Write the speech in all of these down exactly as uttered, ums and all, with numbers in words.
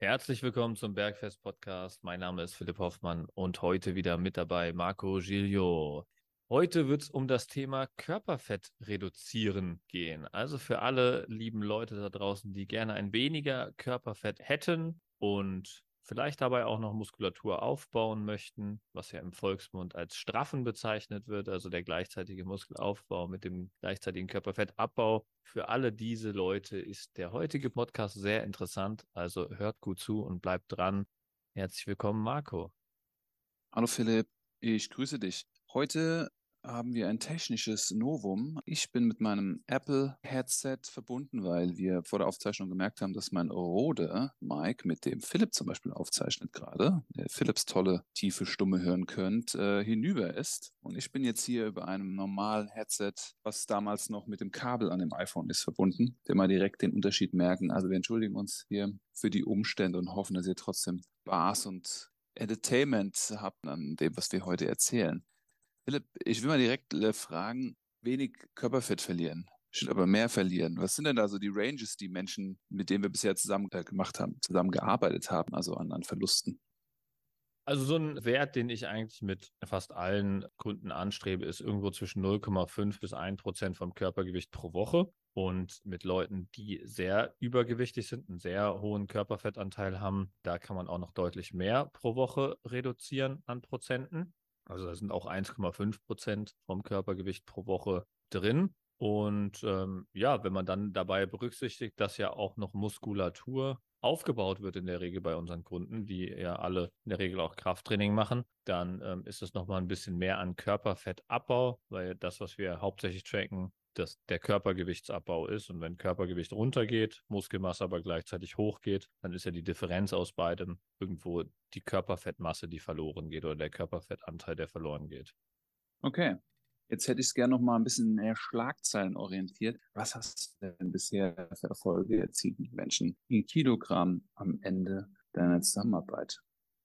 Herzlich willkommen zum Bergfest-Podcast. Mein Name ist Philipp Hoffmann und heute wieder mit dabei Marco Giglio. Heute wird es um das Thema Körperfett reduzieren gehen. Also für alle lieben Leute da draußen, die gerne ein weniger Körperfett hätten und vielleicht dabei auch noch Muskulatur aufbauen möchten, was ja im Volksmund als Straffen bezeichnet wird, also der gleichzeitige Muskelaufbau mit dem gleichzeitigen Körperfettabbau. Für alle diese Leute ist der heutige Podcast sehr interessant, also hört gut zu und bleibt dran. Herzlich willkommen, Marco. Hallo Philipp, ich grüße dich. Heute haben wir ein technisches Novum. Ich bin mit meinem Apple-Headset verbunden, weil wir vor der Aufzeichnung gemerkt haben, dass mein Rode-Mic, mit dem Philipp zum Beispiel aufzeichnet gerade, der Philipps tolle, tiefe Stimme hören könnt, äh, hinüber ist. Und ich bin jetzt hier über einem normalen Headset, was damals noch mit dem Kabel an dem iPhone ist, verbunden, der mal direkt den Unterschied merken. Also wir entschuldigen uns hier für die Umstände und hoffen, dass ihr trotzdem Spaß und Entertainment habt an dem, was wir heute erzählen. Philipp, ich will mal direkt äh, fragen, wenig Körperfett verlieren, statt aber mehr verlieren. Was sind denn da so die Ranges, die Menschen, mit denen wir bisher zusammen äh, gemacht haben, zusammen gearbeitet haben, also an, an Verlusten? Also so ein Wert, den ich eigentlich mit fast allen Kunden anstrebe, ist irgendwo zwischen null Komma fünf bis ein Prozent vom Körpergewicht pro Woche. Und mit Leuten, die sehr übergewichtig sind, einen sehr hohen Körperfettanteil haben, da kann man auch noch deutlich mehr pro Woche reduzieren an Prozenten. Also da sind auch eins Komma fünf Prozent vom Körpergewicht pro Woche drin. Und ähm, ja, wenn man dann dabei berücksichtigt, dass ja auch noch Muskulatur aufgebaut wird in der Regel bei unseren Kunden, die ja alle in der Regel auch Krafttraining machen, dann ähm, ist es nochmal ein bisschen mehr an Körperfettabbau, weil das, was wir hauptsächlich tracken, dass der Körpergewichtsabbau ist. Und wenn Körpergewicht runtergeht, Muskelmasse aber gleichzeitig hochgeht, dann ist ja die Differenz aus beidem irgendwo die Körperfettmasse, die verloren geht oder der Körperfettanteil, der verloren geht. Okay, jetzt hätte ich es gerne noch mal ein bisschen mehr Schlagzeilen orientiert. Was hast du denn bisher für Erfolge erzielt mit Menschen in Kilogramm am Ende deiner Zusammenarbeit?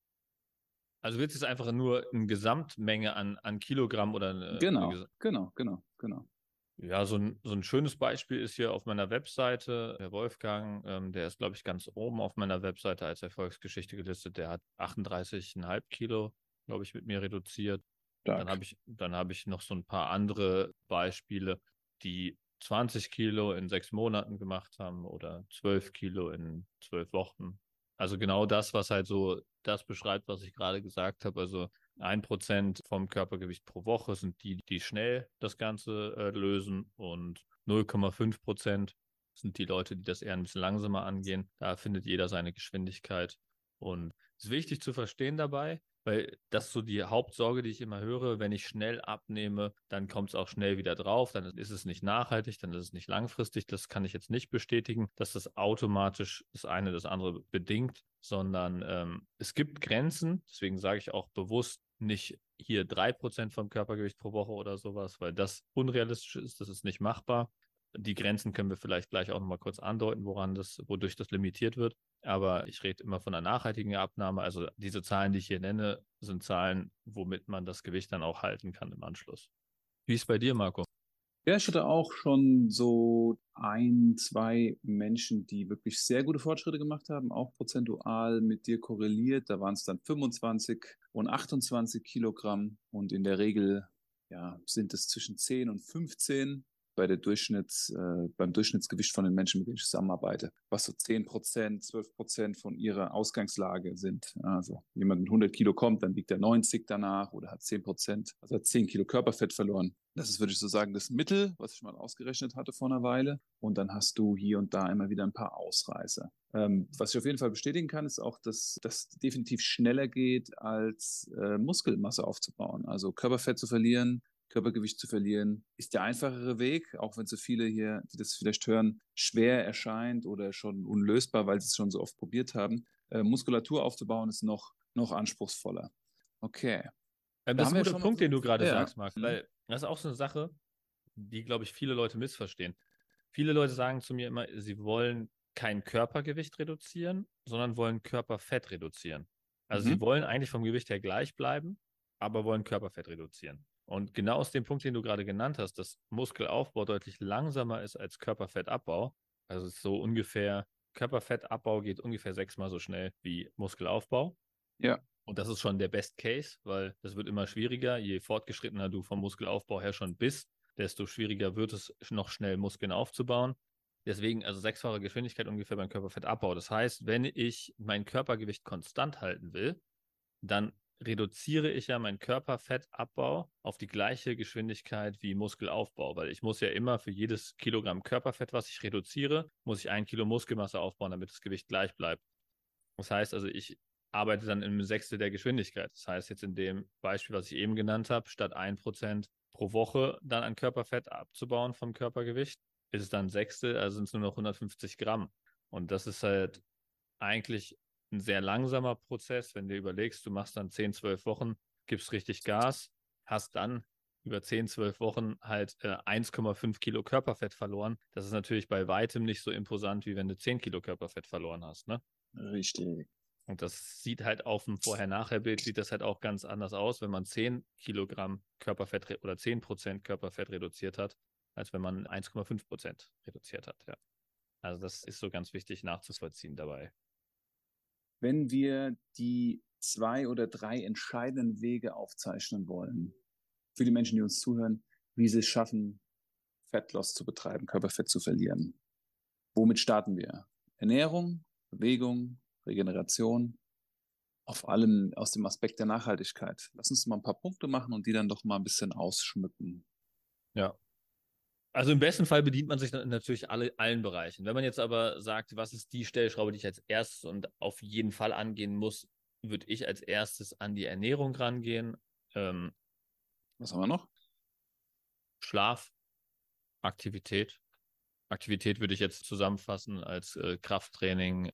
Also wird es einfach nur eine Gesamtmenge an, an Kilogramm oder eine, eine Genau, genau, genau, genau. Ja, so ein, so ein schönes Beispiel ist hier auf meiner Webseite. Der Wolfgang, ähm, der ist, glaube ich, ganz oben auf meiner Webseite als Erfolgsgeschichte gelistet. Der hat achtunddreißig Komma fünf Kilo, glaube ich, mit mir reduziert. Dann Stark. habe ich, dann habe ich noch so ein paar andere Beispiele, die zwanzig Kilo in sechs Monaten gemacht haben oder zwölf Kilo in zwölf Wochen. Also genau das, was halt so das beschreibt, was ich gerade gesagt habe. Also ein Prozent vom Körpergewicht pro Woche sind die, die schnell das Ganze äh, lösen und null Komma fünf Prozent sind die Leute, die das eher ein bisschen langsamer angehen. Da findet jeder seine Geschwindigkeit. Und es ist wichtig zu verstehen dabei, weil das ist so die Hauptsorge, die ich immer höre. Wenn ich schnell abnehme, dann kommt es auch schnell wieder drauf. Dann ist es nicht nachhaltig, dann ist es nicht langfristig. Das kann ich jetzt nicht bestätigen, dass das automatisch das eine das andere bedingt, sondern ähm, es gibt Grenzen. Deswegen sage ich auch bewusst nicht hier drei Prozent vom Körpergewicht pro Woche oder sowas, weil das unrealistisch ist. Das ist nicht machbar. Die Grenzen können wir vielleicht gleich auch nochmal kurz andeuten, woran das, wodurch das limitiert wird. Aber ich rede immer von einer nachhaltigen Abnahme. Also diese Zahlen, die ich hier nenne, sind Zahlen, womit man das Gewicht dann auch halten kann im Anschluss. Wie ist es bei dir, Marco? Ja, ich hatte auch schon so ein, zwei Menschen, die wirklich sehr gute Fortschritte gemacht haben, auch prozentual mit dir korreliert. Da waren es dann fünfundzwanzig und achtundzwanzig Kilogramm und in der Regel, ja, sind es zwischen zehn und fünfzehn bei der Durchschnitts, äh, beim Durchschnittsgewicht von den Menschen, mit denen ich zusammenarbeite, was so zehn Prozent, zwölf Prozent von ihrer Ausgangslage sind. Also jemand mit hundert Kilo kommt, dann wiegt er neunzig danach oder hat zehn Prozent, also hat zehn Kilo Körperfett verloren. Das ist, würde ich so sagen, das Mittel, was ich mal ausgerechnet hatte vor einer Weile. Und dann hast du hier und da immer wieder ein paar Ausreißer. Ähm, was ich auf jeden Fall bestätigen kann, ist auch, dass das definitiv schneller geht, als äh, Muskelmasse aufzubauen. Also Körperfett zu verlieren, Körpergewicht zu verlieren, ist der einfachere Weg, auch wenn so viele hier, die das vielleicht hören, schwer erscheint oder schon unlösbar, weil sie es schon so oft probiert haben. Äh, Muskulatur aufzubauen ist noch, noch anspruchsvoller. Okay. Ähm, Da das ist haben ein wir guter schon mal Punkt, so, den du gerade ja. sagst, Marc, Hm. weil das ist auch so eine Sache, die, glaube ich, viele Leute missverstehen. Viele Leute sagen zu mir immer, sie wollen kein Körpergewicht reduzieren, sondern wollen Körperfett reduzieren. Also sie Mhm. wollen eigentlich vom Gewicht her gleich bleiben, aber wollen Körperfett reduzieren. Und genau aus dem Punkt, den du gerade genannt hast, dass Muskelaufbau deutlich langsamer ist als Körperfettabbau, also es ist so ungefähr Körperfettabbau geht ungefähr sechsmal so schnell wie Muskelaufbau. Ja. Und das ist schon der Best Case, weil das wird immer schwieriger. Je fortgeschrittener du vom Muskelaufbau her schon bist, desto schwieriger wird es, noch schnell Muskeln aufzubauen. Deswegen also sechsfache Geschwindigkeit ungefähr beim Körperfettabbau. Das heißt, wenn ich mein Körpergewicht konstant halten will, dann reduziere ich ja meinen Körperfettabbau auf die gleiche Geschwindigkeit wie Muskelaufbau, weil ich muss ja immer für jedes Kilogramm Körperfett, was ich reduziere, muss ich ein Kilo Muskelmasse aufbauen, damit das Gewicht gleich bleibt. Das heißt also, ich arbeite dann im Sechstel der Geschwindigkeit. Das heißt jetzt in dem Beispiel, was ich eben genannt habe, statt ein Prozent pro Woche dann an Körperfett abzubauen vom Körpergewicht, ist es dann ein Sechstel, also sind es nur noch hundertfünfzig Gramm. Und das ist halt eigentlich ein sehr langsamer Prozess, wenn du überlegst, du machst dann zehn, zwölf Wochen, gibst richtig Gas, hast dann über zehn, zwölf Wochen halt äh, eins Komma fünf Kilo Körperfett verloren. Das ist natürlich bei weitem nicht so imposant, wie wenn du zehn Kilo Körperfett verloren hast, ne? Richtig. Und das sieht halt auf dem Vorher-Nachher-Bild, sieht das halt auch ganz anders aus, wenn man zehn Kilogramm Körperfett oder zehn Prozent Körperfett reduziert hat, als wenn man eins Komma fünf Prozent reduziert hat, ja. Also das ist so ganz wichtig nachzuvollziehen dabei. Wenn wir die zwei oder drei entscheidenden Wege aufzeichnen wollen, für die Menschen, die uns zuhören, wie sie es schaffen, Fettloss zu betreiben, Körperfett zu verlieren. Womit starten wir? Ernährung, Bewegung, Regeneration, auf allem aus dem Aspekt der Nachhaltigkeit. Lass uns mal ein paar Punkte machen und die dann doch mal ein bisschen ausschmücken. Ja. Also im besten Fall bedient man sich dann natürlich alle, allen Bereichen. Wenn man jetzt aber sagt, was ist die Stellschraube, die ich als erstes und auf jeden Fall angehen muss, würde ich als erstes an die Ernährung rangehen. Ähm, Was haben wir noch? Schlaf, Aktivität. Aktivität würde ich jetzt zusammenfassen als äh, Krafttraining,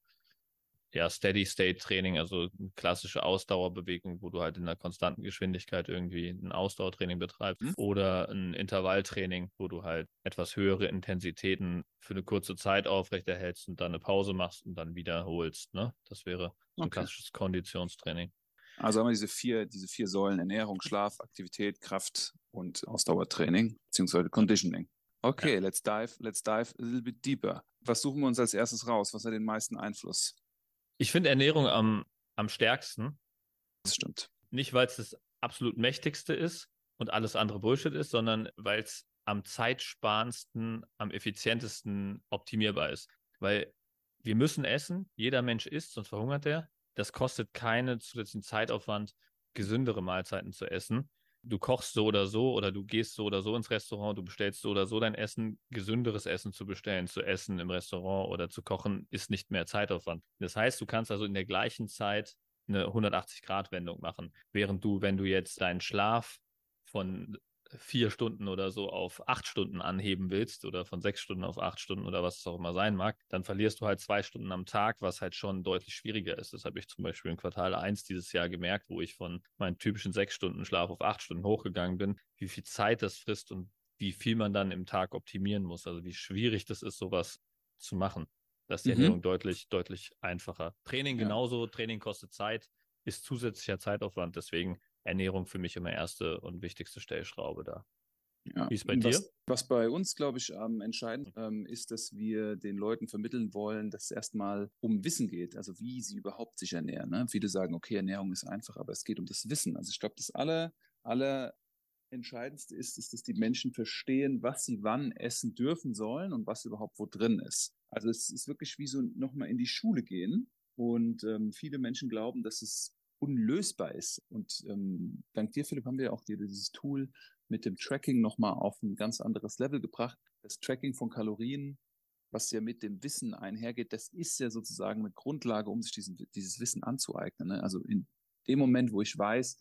ja, Steady-State-Training, also eine klassische Ausdauerbewegung, wo du halt in einer konstanten Geschwindigkeit irgendwie ein Ausdauertraining betreibst, Hm? oder ein Intervalltraining, wo du halt etwas höhere Intensitäten für eine kurze Zeit aufrechterhältst und dann eine Pause machst und dann wiederholst, ne? Das wäre so ein Okay. klassisches Konditionstraining. Also haben wir diese vier, diese vier Säulen: Ernährung, Schlaf, Aktivität, Kraft und Ausdauertraining, beziehungsweise Conditioning. Okay, Ja. let's dive, let's dive a little bit deeper. Was suchen wir uns als erstes raus? Was hat den meisten Einfluss? Ich finde Ernährung am, am stärksten. Das stimmt. Nicht, weil es das absolut mächtigste ist und alles andere Bullshit ist, sondern weil es am zeitsparendsten, am effizientesten optimierbar ist. Weil wir müssen essen, jeder Mensch isst, sonst verhungert er. Das kostet keinen zusätzlichen Zeitaufwand, gesündere Mahlzeiten zu essen. Du kochst so oder so oder du gehst so oder so ins Restaurant, du bestellst so oder so dein Essen. Gesünderes Essen zu bestellen, zu essen im Restaurant oder zu kochen, ist nicht mehr Zeitaufwand. Das heißt, du kannst also in der gleichen Zeit eine hundertachtzig-Grad-Wendung machen, während du, wenn du jetzt deinen Schlaf von vier Stunden oder so auf acht Stunden anheben willst oder von sechs Stunden auf acht Stunden oder was es auch immer sein mag, dann verlierst du halt zwei Stunden am Tag, was halt schon deutlich schwieriger ist. Das habe ich zum Beispiel im Quartal eins dieses Jahr gemerkt, wo ich von meinem typischen sechs Stunden Schlaf auf acht Stunden hochgegangen bin, wie viel Zeit das frisst und wie viel man dann im Tag optimieren muss. Also wie schwierig das ist, sowas zu machen. Da ist die Mhm. Ernährung deutlich, deutlich einfacher. Training Ja. genauso, Training kostet Zeit, ist zusätzlicher Zeitaufwand, deswegen Ernährung für mich immer erste und wichtigste Stellschraube da. Ja. Wie ist bei dir? Was, was bei uns, glaube ich, ähm, entscheidend ähm, ist, dass wir den Leuten vermitteln wollen, dass es erstmal um Wissen geht, also wie sie überhaupt sich ernähren. Ne? Viele sagen, okay, Ernährung ist einfach, aber es geht um das Wissen. Also ich glaube, das aller, aller Entscheidendste ist, ist, dass die Menschen verstehen, was sie wann essen dürfen sollen und was überhaupt wo drin ist. Also es ist wirklich wie so nochmal in die Schule gehen. Und ähm, viele Menschen glauben, dass es unlösbar ist. Und ähm, dank dir, Philipp, haben wir auch dir dieses Tool mit dem Tracking nochmal auf ein ganz anderes Level gebracht. Das Tracking von Kalorien, was ja mit dem Wissen einhergeht, das ist ja sozusagen eine Grundlage, um sich diesen, dieses Wissen anzueignen. Ne? Also in dem Moment, wo ich weiß,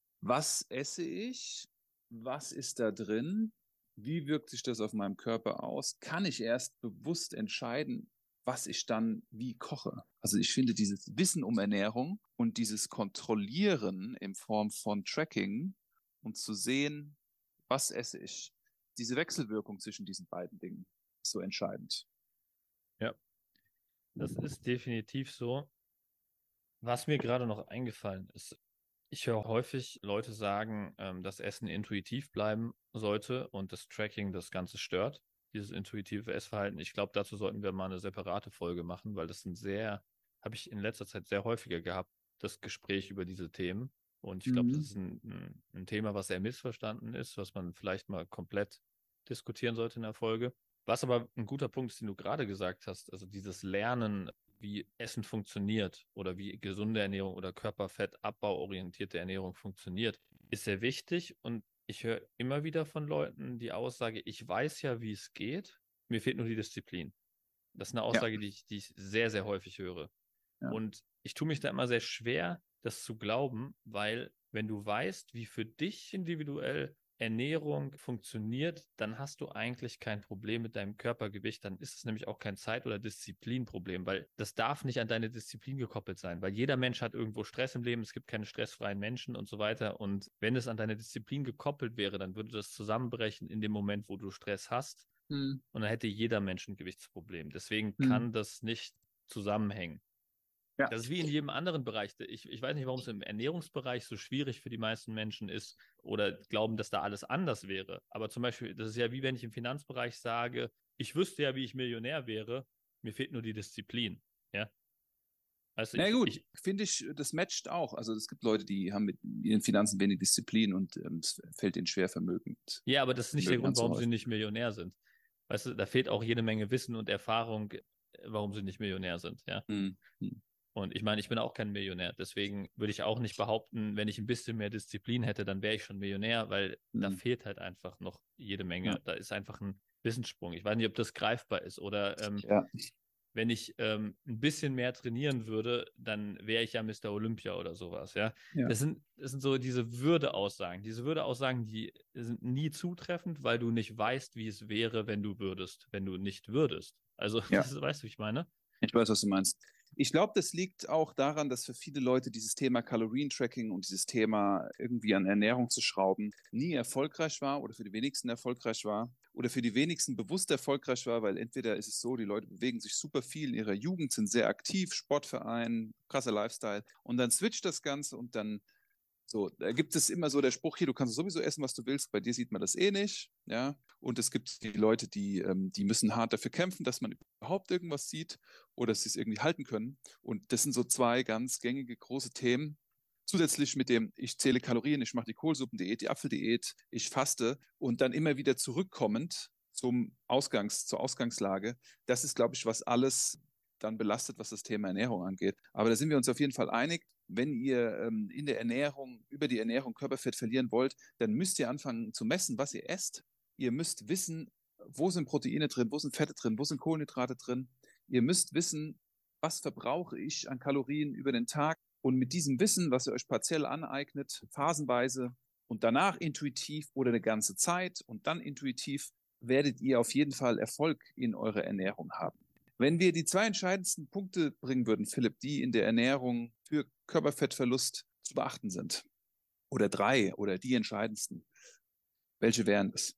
was esse ich, was ist da drin, wie wirkt sich das auf meinem Körper aus, kann ich erst bewusst entscheiden, was ich dann wie koche. Also ich finde dieses Wissen um Ernährung und dieses Kontrollieren in Form von Tracking und zu sehen, was esse ich, diese Wechselwirkung zwischen diesen beiden Dingen ist so entscheidend. Ja, das ist definitiv so. Was mir gerade noch eingefallen ist, ich höre häufig Leute sagen, ähm, dass Essen intuitiv bleiben sollte und das Tracking das Ganze stört. dieses intuitive Essverhalten. Ich glaube, dazu sollten wir mal eine separate Folge machen, weil das ein sehr, habe ich in letzter Zeit sehr häufiger gehabt, das Gespräch über diese Themen. Und ich glaube, das Mhm. ist ein, ein, ein Thema, was sehr missverstanden ist, was man vielleicht mal komplett diskutieren sollte in der Folge. Was aber ein guter Punkt ist, den du gerade gesagt hast, also dieses Lernen, wie Essen funktioniert oder wie gesunde Ernährung oder Körperfettabbauorientierte Ernährung funktioniert, ist sehr wichtig. Und ich höre immer wieder von Leuten die Aussage, ich weiß ja, wie es geht, mir fehlt nur die Disziplin. Das ist eine Ja, Aussage, die ich, die ich sehr, sehr häufig höre. ja. Und ich tue mich da immer sehr schwer, das zu glauben, weil wenn du weißt, wie für dich individuell Ernährung funktioniert, dann hast du eigentlich kein Problem mit deinem Körpergewicht. Dann ist es nämlich auch kein Zeit- oder Disziplinproblem, weil das darf nicht an deine Disziplin gekoppelt sein, weil jeder Mensch hat irgendwo Stress im Leben, es gibt keine stressfreien Menschen und so weiter. Und wenn es an deine Disziplin gekoppelt wäre, dann würde das zusammenbrechen in dem Moment, wo du Stress hast. Mhm. Und dann hätte jeder Mensch ein Gewichtsproblem. Deswegen Mhm. kann das nicht zusammenhängen. Ja. Das ist wie in jedem anderen Bereich. Ich, ich weiß nicht, warum es im Ernährungsbereich so schwierig für die meisten Menschen ist oder glauben, dass da alles anders wäre. Aber zum Beispiel, das ist ja wie wenn ich im Finanzbereich sage, ich wüsste ja, wie ich Millionär wäre, mir fehlt nur die Disziplin. Ja, also Na ich, gut, ich, finde ich, das matcht auch. Also es gibt Leute, die haben mit ihren Finanzen wenig Disziplin und ähm, es fällt ihnen schwer, vermögend, ja, aber das ist nicht der Vermögen Grund, warum sie anzuhäufen. nicht Millionär sind. Weißt du, da fehlt auch jede Menge Wissen und Erfahrung, warum sie nicht Millionär sind. Ja. Mhm. Mhm. Und ich meine, ich bin auch kein Millionär. Deswegen würde ich auch nicht behaupten, wenn ich ein bisschen mehr Disziplin hätte, dann wäre ich schon Millionär, weil da Mhm. fehlt halt einfach noch jede Ja. Menge. Da ist einfach ein Wissenssprung. Ich weiß nicht, ob das greifbar ist. Oder ähm, Ja. wenn ich ähm, ein bisschen mehr trainieren würde, dann wäre ich ja Mister Olympia oder sowas. Ja, Ja. das sind, das sind so diese Würde-Aussagen. Diese Würde-Aussagen, die sind nie zutreffend, weil du nicht weißt, wie es wäre, wenn du würdest, wenn du nicht würdest. Also, Ja. das weißt du, wie ich meine? Ich weiß, was du meinst. Ich glaube, das liegt auch daran, dass für viele Leute dieses Thema Kalorientracking und dieses Thema irgendwie an Ernährung zu schrauben nie erfolgreich war oder für die wenigsten erfolgreich war oder für die wenigsten bewusst erfolgreich war, weil entweder ist es so, die Leute bewegen sich super viel in ihrer Jugend, sind sehr aktiv, Sportverein, krasser Lifestyle und dann switcht das Ganze und dann so, da gibt es immer so der Spruch hier, du kannst sowieso essen, was du willst, bei dir sieht man das eh nicht, ja. Und es gibt die Leute, die, ähm, die müssen hart dafür kämpfen, dass man überhaupt irgendwas sieht oder dass sie es irgendwie halten können. Und das sind so zwei ganz gängige große Themen. Zusätzlich mit dem, ich zähle Kalorien, ich mache die Kohlsuppendiät, die Apfeldiät, ich faste und dann immer wieder zurückkommend zum Ausgangs, zur Ausgangslage. Das ist, glaube ich, was alles dann belastet, was das Thema Ernährung angeht. Aber da sind wir uns auf jeden Fall einig. Wenn ihr ähm, in der Ernährung, über die Ernährung Körperfett verlieren wollt, dann müsst ihr anfangen zu messen, was ihr esst. Ihr müsst wissen, wo sind Proteine drin, wo sind Fette drin, wo sind Kohlenhydrate drin. Ihr müsst wissen, was verbrauche ich an Kalorien über den Tag. Und mit diesem Wissen, was ihr euch partiell aneignet, phasenweise und danach intuitiv oder eine ganze Zeit und dann intuitiv, werdet ihr auf jeden Fall Erfolg in eurer Ernährung haben. Wenn wir die zwei entscheidendsten Punkte bringen würden, Philipp, die in der Ernährung für Körperfettverlust zu beachten sind, oder drei oder die entscheidendsten, welche wären es?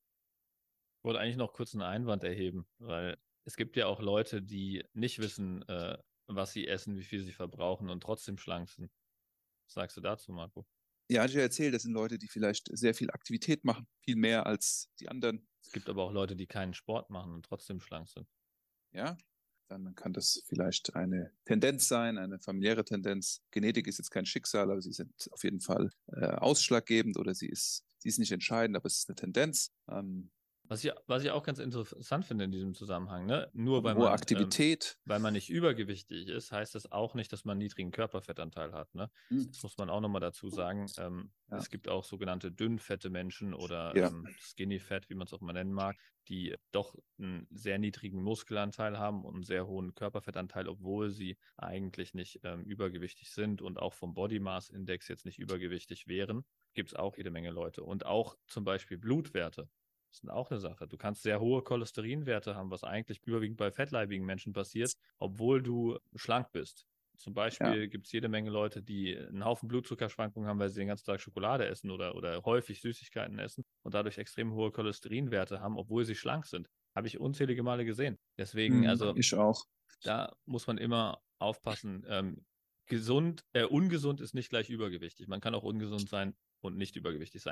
Ich wollte eigentlich noch kurz einen Einwand erheben, weil es gibt ja auch Leute, die nicht wissen, äh, was sie essen, wie viel sie verbrauchen und trotzdem schlank sind. Was sagst du dazu, Marco? Ja, hatte ich ja erzählt, das sind Leute, die vielleicht sehr viel Aktivität machen, viel mehr als die anderen. Es gibt aber auch Leute, die keinen Sport machen und trotzdem schlank sind. Ja, dann kann das vielleicht eine Tendenz sein, eine familiäre Tendenz. Genetik ist jetzt kein Schicksal, aber sie sind auf jeden Fall äh, ausschlaggebend oder sie ist, sie ist nicht entscheidend, aber es ist eine Tendenz. Ähm, Was ich, was ich auch ganz interessant finde in diesem Zusammenhang, ne? Nur eine weil hohe man, ähm, Aktivität. weil man nicht übergewichtig ist, heißt das auch nicht, dass man einen niedrigen Körperfettanteil hat, ne? Hm, Das muss man auch nochmal dazu sagen. Ähm, ja, es gibt auch sogenannte dünnfette Menschen oder ja. ähm, Skinny Fat, wie man es auch mal nennen mag, die doch einen sehr niedrigen Muskelanteil haben und einen sehr hohen Körperfettanteil, obwohl sie eigentlich nicht ähm, übergewichtig sind und auch vom Body Mass Index jetzt nicht übergewichtig wären. Gibt es auch jede Menge Leute. Und auch zum Beispiel Blutwerte. Das ist auch eine Sache. Du kannst sehr hohe Cholesterinwerte haben, was eigentlich überwiegend bei fettleibigen Menschen passiert, obwohl du schlank bist. Zum Ja. Beispiel gibt es jede Menge Leute, die einen Haufen Blutzuckerschwankungen haben, weil sie den ganzen Tag Schokolade essen oder, oder häufig Süßigkeiten essen und dadurch extrem hohe Cholesterinwerte haben, obwohl sie schlank sind. Habe ich unzählige Male gesehen. Deswegen, Hm, also ich auch. da muss man immer aufpassen. Ähm, gesund, äh, ungesund ist nicht gleich übergewichtig. Man kann auch ungesund sein und nicht übergewichtig sein.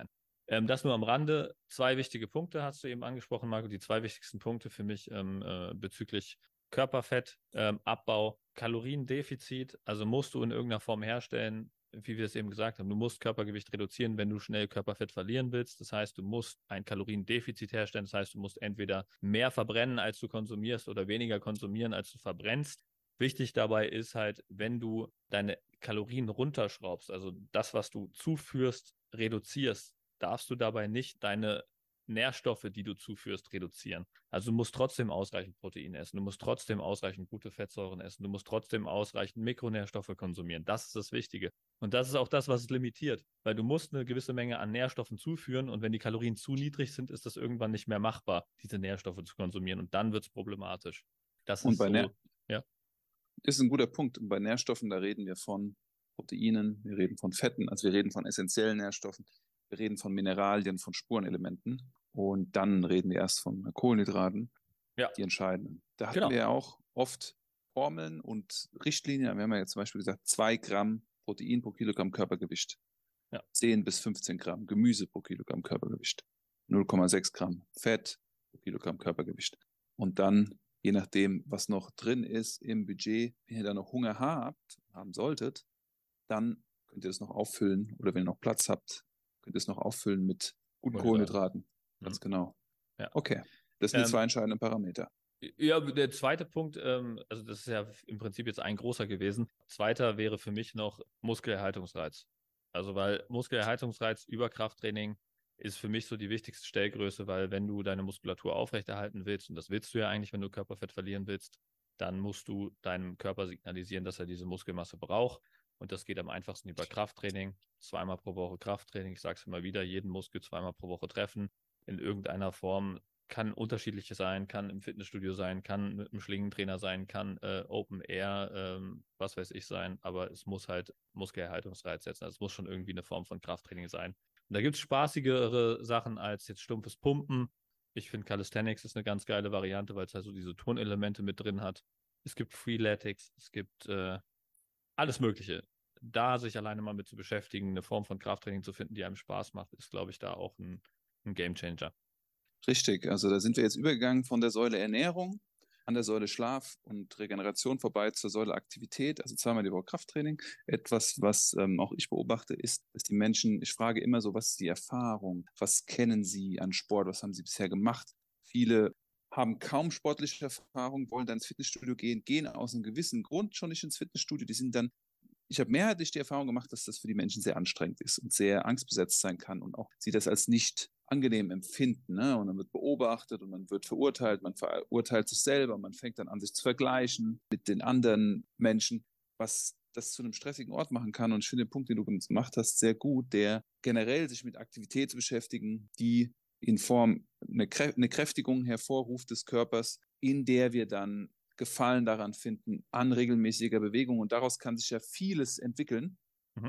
Ähm, das nur am Rande. Zwei wichtige Punkte hast du eben angesprochen, Marco. Die zwei wichtigsten Punkte für mich ähm, äh, bezüglich Körperfett, ähm, Abbau, Kaloriendefizit. Also musst du in irgendeiner Form herstellen, wie wir es eben gesagt haben. Du musst Körpergewicht reduzieren, wenn du schnell Körperfett verlieren willst. Das heißt, du musst ein Kaloriendefizit herstellen. Das heißt, du musst entweder mehr verbrennen, als du konsumierst, oder weniger konsumieren, als du verbrennst. Wichtig dabei ist halt, wenn du deine Kalorien runterschraubst, also das, was du zuführst, reduzierst, darfst du dabei nicht deine Nährstoffe, die du zuführst, reduzieren. Also du musst trotzdem ausreichend Protein essen, du musst trotzdem ausreichend gute Fettsäuren essen, du musst trotzdem ausreichend Mikronährstoffe konsumieren. Das ist das Wichtige. Und das ist auch das, was es limitiert, weil du musst eine gewisse Menge an Nährstoffen zuführen und wenn die Kalorien zu niedrig sind, ist das irgendwann nicht mehr machbar, diese Nährstoffe zu konsumieren und dann wird es problematisch. Das Und ist bei Nähr so, ja. ist ein guter Punkt. Und bei Nährstoffen, da reden wir von Proteinen, wir reden von Fetten, also wir reden von essentiellen Nährstoffen, wir reden von Mineralien, von Spurenelementen und dann reden wir erst von Kohlenhydraten, Ja, die entscheidenden. Da hatten wir genau. ja auch oft Formeln und Richtlinien. Wir haben ja jetzt zum Beispiel gesagt, zwei Gramm Protein pro Kilogramm Körpergewicht, Ja, zehn bis fünfzehn Gramm Gemüse pro Kilogramm Körpergewicht, null Komma sechs Gramm Fett pro Kilogramm Körpergewicht. Und dann, je nachdem, was noch drin ist im Budget, wenn ihr da noch Hunger habt, haben solltet, dann könnt ihr das noch auffüllen oder wenn ihr noch Platz habt, könnt ihr es noch auffüllen mit guten Kohlenhydrate. Kohlenhydraten. Mhm. Ganz genau. Ja. Okay, das sind die Ähm, zwei entscheidenden Parameter. Ja, der zweite Punkt, ähm, also das ist ja im Prinzip jetzt ein großer gewesen. Zweiter wäre für mich noch Muskelerhaltungsreiz. Also weil Muskelerhaltungsreiz über Krafttraining ist für mich so die wichtigste Stellgröße, weil wenn du deine Muskulatur aufrechterhalten willst, und das willst du ja eigentlich, wenn du Körperfett verlieren willst, dann musst du deinem Körper signalisieren, dass er diese Muskelmasse braucht. Und das geht am einfachsten über Krafttraining. Zweimal pro Woche Krafttraining. Ich sage es immer wieder, jeden Muskel zweimal pro Woche treffen. In irgendeiner Form kann unterschiedliches sein, kann im Fitnessstudio sein, kann mit einem Schlingentrainer sein, kann äh, Open Air, ähm, was weiß ich sein, aber es muss halt Muskelerhaltungsreiz setzen. Also es muss schon irgendwie eine Form von Krafttraining sein. Und da gibt es spaßigere Sachen als jetzt stumpfes Pumpen. Ich finde Calisthenics ist eine ganz geile Variante, weil es halt so diese Turnelemente mit drin hat. Es gibt Freeletics, es gibt äh, alles Mögliche. Da sich alleine mal mit zu beschäftigen, eine Form von Krafttraining zu finden, die einem Spaß macht, ist, glaube ich, da auch ein, ein Gamechanger. Richtig, also da sind wir jetzt übergegangen von der Säule Ernährung an der Säule Schlaf und Regeneration vorbei zur Säule Aktivität, also zweimal die Woche Krafttraining. Etwas, was ähm, auch ich beobachte, ist, dass die Menschen, ich frage immer so, was ist die Erfahrung? Was kennen sie an Sport? Was haben sie bisher gemacht? Viele haben kaum sportliche Erfahrung, wollen dann ins Fitnessstudio gehen, gehen aus einem gewissen Grund schon nicht ins Fitnessstudio. Die sind dann ich habe mehrheitlich die Erfahrung gemacht, dass das für die Menschen sehr anstrengend ist und sehr angstbesetzt sein kann und auch sie das als nicht angenehm empfinden. Ne? Und dann wird beobachtet und man wird verurteilt, man verurteilt sich selber, man fängt dann an, sich zu vergleichen mit den anderen Menschen, was das zu einem stressigen Ort machen kann. Und ich finde den Punkt, den du gemacht hast, sehr gut, der generell sich mit Aktivität zu beschäftigen, die in Form eine, Krä eine Kräftigung hervorruft des Körpers, in der wir dann Gefallen daran finden, an regelmäßiger Bewegung. Und daraus kann sich ja vieles entwickeln Mhm.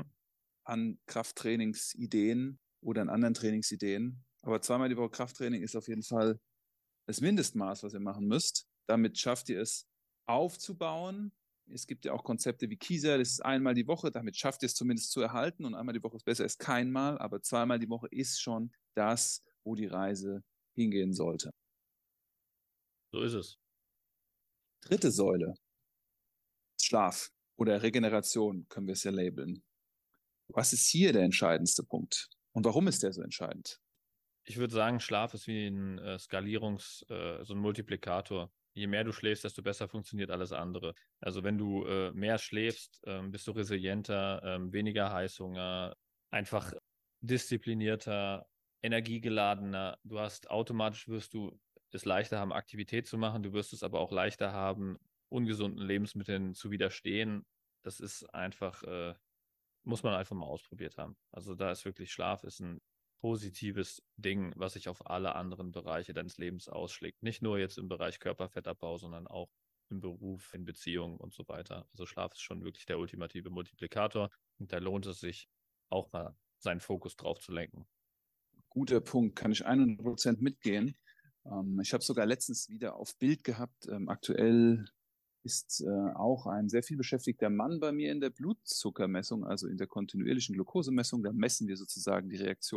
an Krafttrainingsideen oder an anderen Trainingsideen. Aber zweimal die Woche Krafttraining ist auf jeden Fall das Mindestmaß, was ihr machen müsst. Damit schafft ihr es aufzubauen. Es gibt ja auch Konzepte wie Kieser, das ist einmal die Woche, damit schafft ihr es zumindest zu erhalten. Und einmal die Woche ist besser als keinmal, aber zweimal die Woche ist schon das, wo die Reise hingehen sollte. So ist es. Dritte Säule, Schlaf oder Regeneration, können wir es ja labeln. Was ist hier der entscheidendste Punkt? Und warum ist der so entscheidend? Ich würde sagen, Schlaf ist wie ein äh, Skalierungs-, äh, so ein Multiplikator. Je mehr du schläfst, desto besser funktioniert alles andere. Also wenn du äh, mehr schläfst, ähm, bist du resilienter, ähm, weniger Heißhunger, einfach disziplinierter, energiegeladener. Du hast automatisch wirst du es leichter haben, Aktivität zu machen. Du wirst es aber auch leichter haben, ungesunden Lebensmitteln zu widerstehen. Das ist einfach, äh, muss man einfach mal ausprobiert haben. Also da ist wirklich Schlaf ist ein positives Ding, was sich auf alle anderen Bereiche deines Lebens ausschlägt. Nicht nur jetzt im Bereich Körperfettabbau, sondern auch im Beruf, in Beziehungen und so weiter. Also Schlaf ist schon wirklich der ultimative Multiplikator und da lohnt es sich auch mal seinen Fokus drauf zu lenken. Guter Punkt, kann ich hundert Prozent mitgehen. Ähm, ich habe sogar letztens wieder auf Bild gehabt. Ähm, aktuell ist äh, auch ein sehr viel beschäftigter Mann bei mir in der Blutzuckermessung, also in der kontinuierlichen Glukosemessung. Da messen wir sozusagen die Reaktion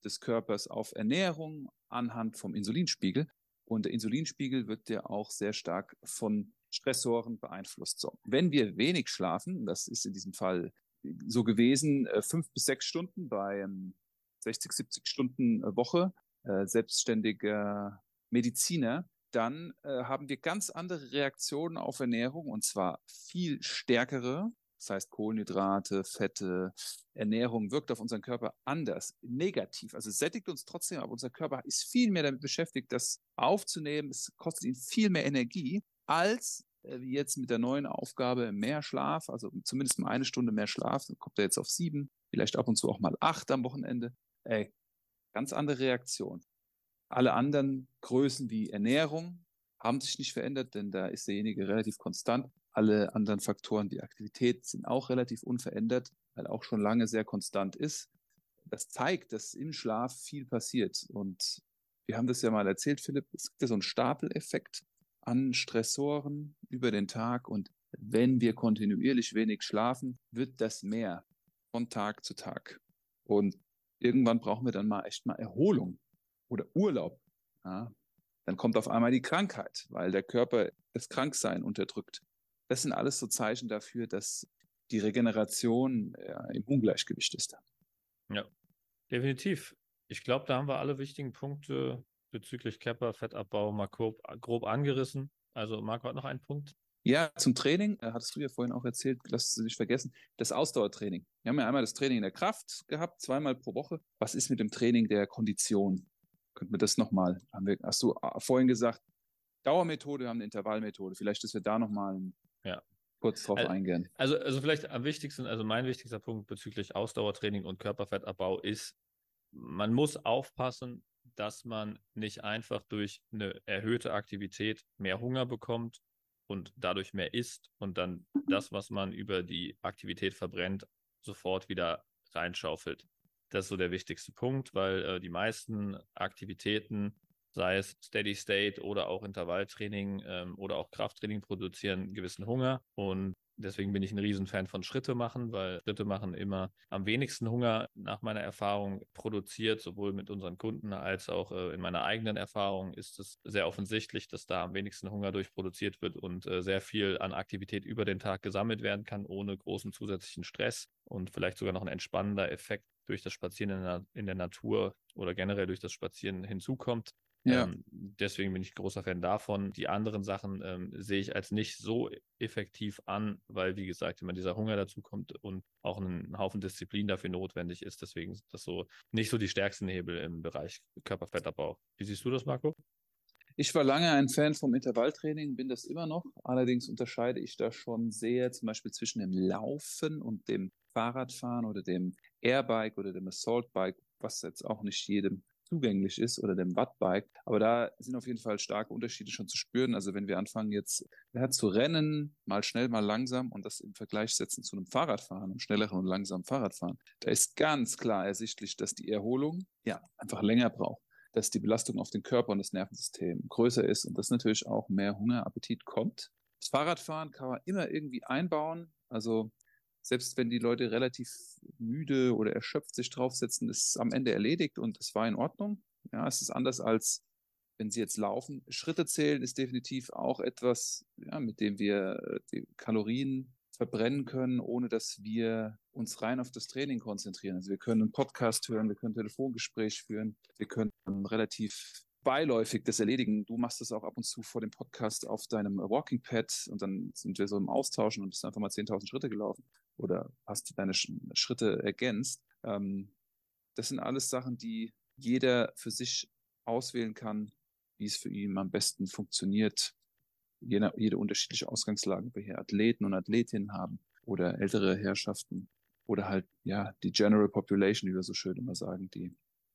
des Körpers auf Ernährung anhand vom Insulinspiegel. Und der Insulinspiegel wird ja auch sehr stark von Stressoren beeinflusst. So, wenn wir wenig schlafen, das ist in diesem Fall so gewesen, äh, fünf bis sechs Stunden bei ähm, sechzig, siebzig Stunden äh, Woche, äh, selbstständiger Mediziner, dann äh, haben wir ganz andere Reaktionen auf Ernährung und zwar viel stärkere. Das heißt, Kohlenhydrate, Fette, Ernährung wirkt auf unseren Körper anders, negativ. Also es sättigt uns trotzdem, aber unser Körper ist viel mehr damit beschäftigt, das aufzunehmen. Es kostet ihn viel mehr Energie, als äh, wie jetzt mit der neuen Aufgabe mehr Schlaf, also zumindest mal eine Stunde mehr Schlaf. Dann kommt er jetzt auf sieben, vielleicht ab und zu auch mal acht am Wochenende. Ey, ganz andere Reaktion. Alle anderen Größen wie Ernährung haben sich nicht verändert, denn da ist derjenige relativ konstant. Alle anderen Faktoren wie Aktivität sind auch relativ unverändert, weil auch schon lange sehr konstant ist. Das zeigt, dass im Schlaf viel passiert. Und wir haben das ja mal erzählt, Philipp, es gibt ja so einen Stapeleffekt an Stressoren über den Tag. Und wenn wir kontinuierlich wenig schlafen, wird das mehr von Tag zu Tag. Und irgendwann brauchen wir dann mal echt mal Erholung oder Urlaub. Ja, dann kommt auf einmal die Krankheit, weil der Körper das Kranksein unterdrückt. Das sind alles so Zeichen dafür, dass die Regeneration ja, im Ungleichgewicht ist. Ja, definitiv. Ich glaube, da haben wir alle wichtigen Punkte bezüglich Körper, Fettabbau mal grob, grob angerissen. Also Marco hat noch einen Punkt. Ja, zum Training, äh, hattest du ja vorhin auch erzählt, lass es nicht vergessen, das Ausdauertraining. Wir haben ja einmal das Training in der Kraft gehabt, zweimal pro Woche. Was ist mit dem Training der Kondition? Könnten wir das nochmal, haben wir, hast du vorhin gesagt, Dauermethode, wir haben eine Intervallmethode. Vielleicht, dass wir da nochmal Ja. kurz drauf Al- eingehen. Also, also vielleicht am wichtigsten, also mein wichtigster Punkt bezüglich Ausdauertraining und Körperfettabbau ist, man muss aufpassen, dass man nicht einfach durch eine erhöhte Aktivität mehr Hunger bekommt und dadurch mehr isst und dann das, was man über die Aktivität verbrennt, sofort wieder reinschaufelt. Das ist so der wichtigste Punkt, weil äh, die meisten Aktivitäten, sei es Steady State oder auch Intervalltraining ähm, oder auch Krafttraining, produzieren einen gewissen Hunger. Und deswegen bin ich ein Riesenfan von Schritte machen, weil Schritte machen immer am wenigsten Hunger nach meiner Erfahrung produziert, sowohl mit unseren Kunden als auch äh, in meiner eigenen Erfahrung ist es sehr offensichtlich, dass da am wenigsten Hunger durchproduziert wird und äh, sehr viel an Aktivität über den Tag gesammelt werden kann, ohne großen zusätzlichen Stress und vielleicht sogar noch ein entspannender Effekt durch das Spazieren in der, in der Natur oder generell durch das Spazieren hinzukommt. Ja, Ähm, deswegen bin ich großer Fan davon. Die anderen Sachen ähm, sehe ich als nicht so effektiv an, weil, wie gesagt, immer dieser Hunger dazu kommt und auch ein Haufen Disziplin dafür notwendig ist. Deswegen sind das so nicht so die stärksten Hebel im Bereich Körperfettabbau. Wie siehst du das, Marco? ich war lange ein Fan vom Intervalltraining, bin das immer noch. Allerdings unterscheide ich da schon sehr zum Beispiel zwischen dem Laufen und dem Fahrradfahren oder dem Airbike oder dem Assaultbike, was jetzt auch nicht jedem zugänglich ist, oder dem Wattbike. Aber da sind auf jeden Fall starke Unterschiede schon zu spüren. Also wenn wir anfangen jetzt ja, zu rennen, mal schnell, mal langsam und das im Vergleich setzen zu einem Fahrradfahren, einem schnelleren und langsamen Fahrradfahren, da ist ganz klar ersichtlich, dass die Erholung ja einfach länger braucht, dass die Belastung auf den Körper und das Nervensystem größer ist und dass natürlich auch mehr Hunger, Appetit kommt. Das Fahrradfahren kann man immer irgendwie einbauen. Also selbst wenn die Leute relativ müde oder erschöpft sich draufsetzen, ist es am Ende erledigt und es war in Ordnung. Ja, es ist anders als wenn sie jetzt laufen. Schritte zählen ist definitiv auch etwas, ja, mit dem wir die Kalorien verbrennen können, ohne dass wir uns rein auf das Training konzentrieren. Also wir können einen Podcast hören, wir können ein Telefongespräch führen, wir können relativ beiläufig das erledigen. Du machst das auch ab und zu vor dem Podcast auf deinem Walking Pad und dann sind wir so im Austauschen und bist einfach mal zehntausend Schritte gelaufen oder hast deine Schritte ergänzt. Ähm, das sind alles Sachen, die jeder für sich auswählen kann, wie es für ihn am besten funktioniert. Jede, jede unterschiedliche Ausgangslage, ob wir hier Athleten und Athletinnen haben oder ältere Herrschaften oder halt, ja, die General Population, wie wir so schön immer sagen, die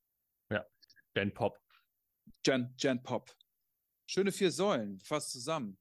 Ja, Gen Pop. Gen, Gen Pop. Schöne vier Säulen, fast zusammen.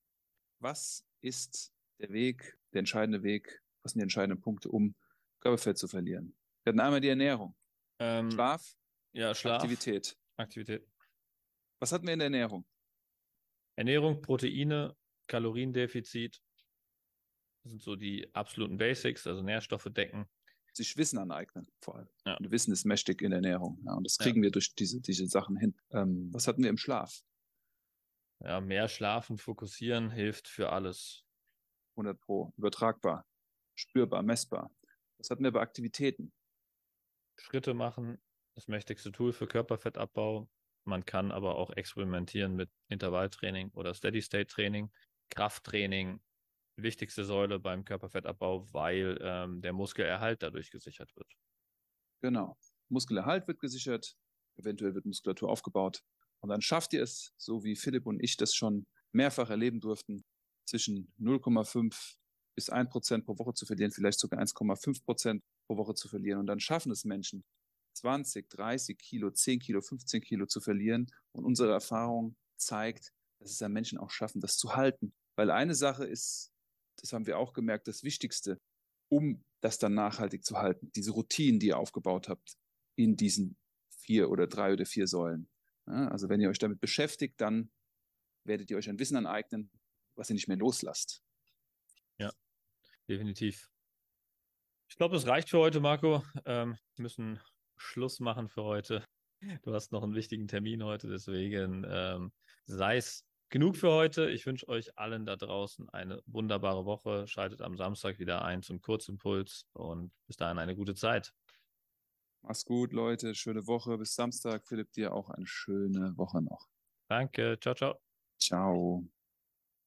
Was ist der Weg, der entscheidende Weg, was sind die entscheidenden Punkte, um Körperfett zu verlieren? Wir hatten einmal die Ernährung, Ähm, Schlaf, ja, Schlaf, Aktivität. Aktivität. Was hatten wir in der Ernährung? Ernährung, Proteine, Kaloriendefizit sind so die absoluten Basics, also Nährstoffe decken. sich Wissen aneignen, vor allem. Ja. Und Wissen ist mächtig in der Ernährung. Ja, und das Ja. kriegen wir durch diese, diese Sachen hin. Ähm, was hatten wir im Schlaf? Ja, mehr schlafen, fokussieren hilft für alles. hundert Pro, übertragbar, spürbar, messbar. Was hatten wir bei Aktivitäten? Schritte machen, das mächtigste Tool für Körperfettabbau. Man kann aber auch experimentieren mit Intervalltraining oder Steady-State-Training. Krafttraining, wichtigste Säule beim Körperfettabbau, weil ähm, der Muskelerhalt dadurch gesichert wird. Genau. Muskelerhalt wird gesichert, eventuell wird Muskulatur aufgebaut. Und dann schafft ihr es, so wie Philipp und ich das schon mehrfach erleben durften, zwischen null Komma fünf bis ein Prozent pro Woche zu verlieren, vielleicht sogar eins Komma fünf Prozent pro Woche zu verlieren. Und dann schaffen es Menschen, zwanzig, dreißig Kilo, zehn Kilo, fünfzehn Kilo zu verlieren. Und unsere Erfahrung zeigt, dass es ja Menschen auch schaffen, das zu halten. Weil eine Sache ist, das haben wir auch gemerkt, das Wichtigste, um das dann nachhaltig zu halten. Diese Routinen, die ihr aufgebaut habt in diesen vier oder drei oder vier Säulen. Ja, also wenn ihr euch damit beschäftigt, dann werdet ihr euch ein Wissen aneignen, was ihr nicht mehr loslasst. Ja, definitiv. Ich glaube, das reicht für heute, Marco. Ähm, wir müssen Schluss machen für heute. Du hast noch einen wichtigen Termin heute, deswegen ähm, sei es genug für heute. Ich wünsche euch allen da draußen eine wunderbare Woche. Schaltet am Samstag wieder ein zum Kurzimpuls und bis dahin eine gute Zeit. Mach's gut, Leute. Schöne Woche. Bis Samstag. Philipp, dir auch eine schöne Woche noch. Danke, ciao, ciao. Ciao.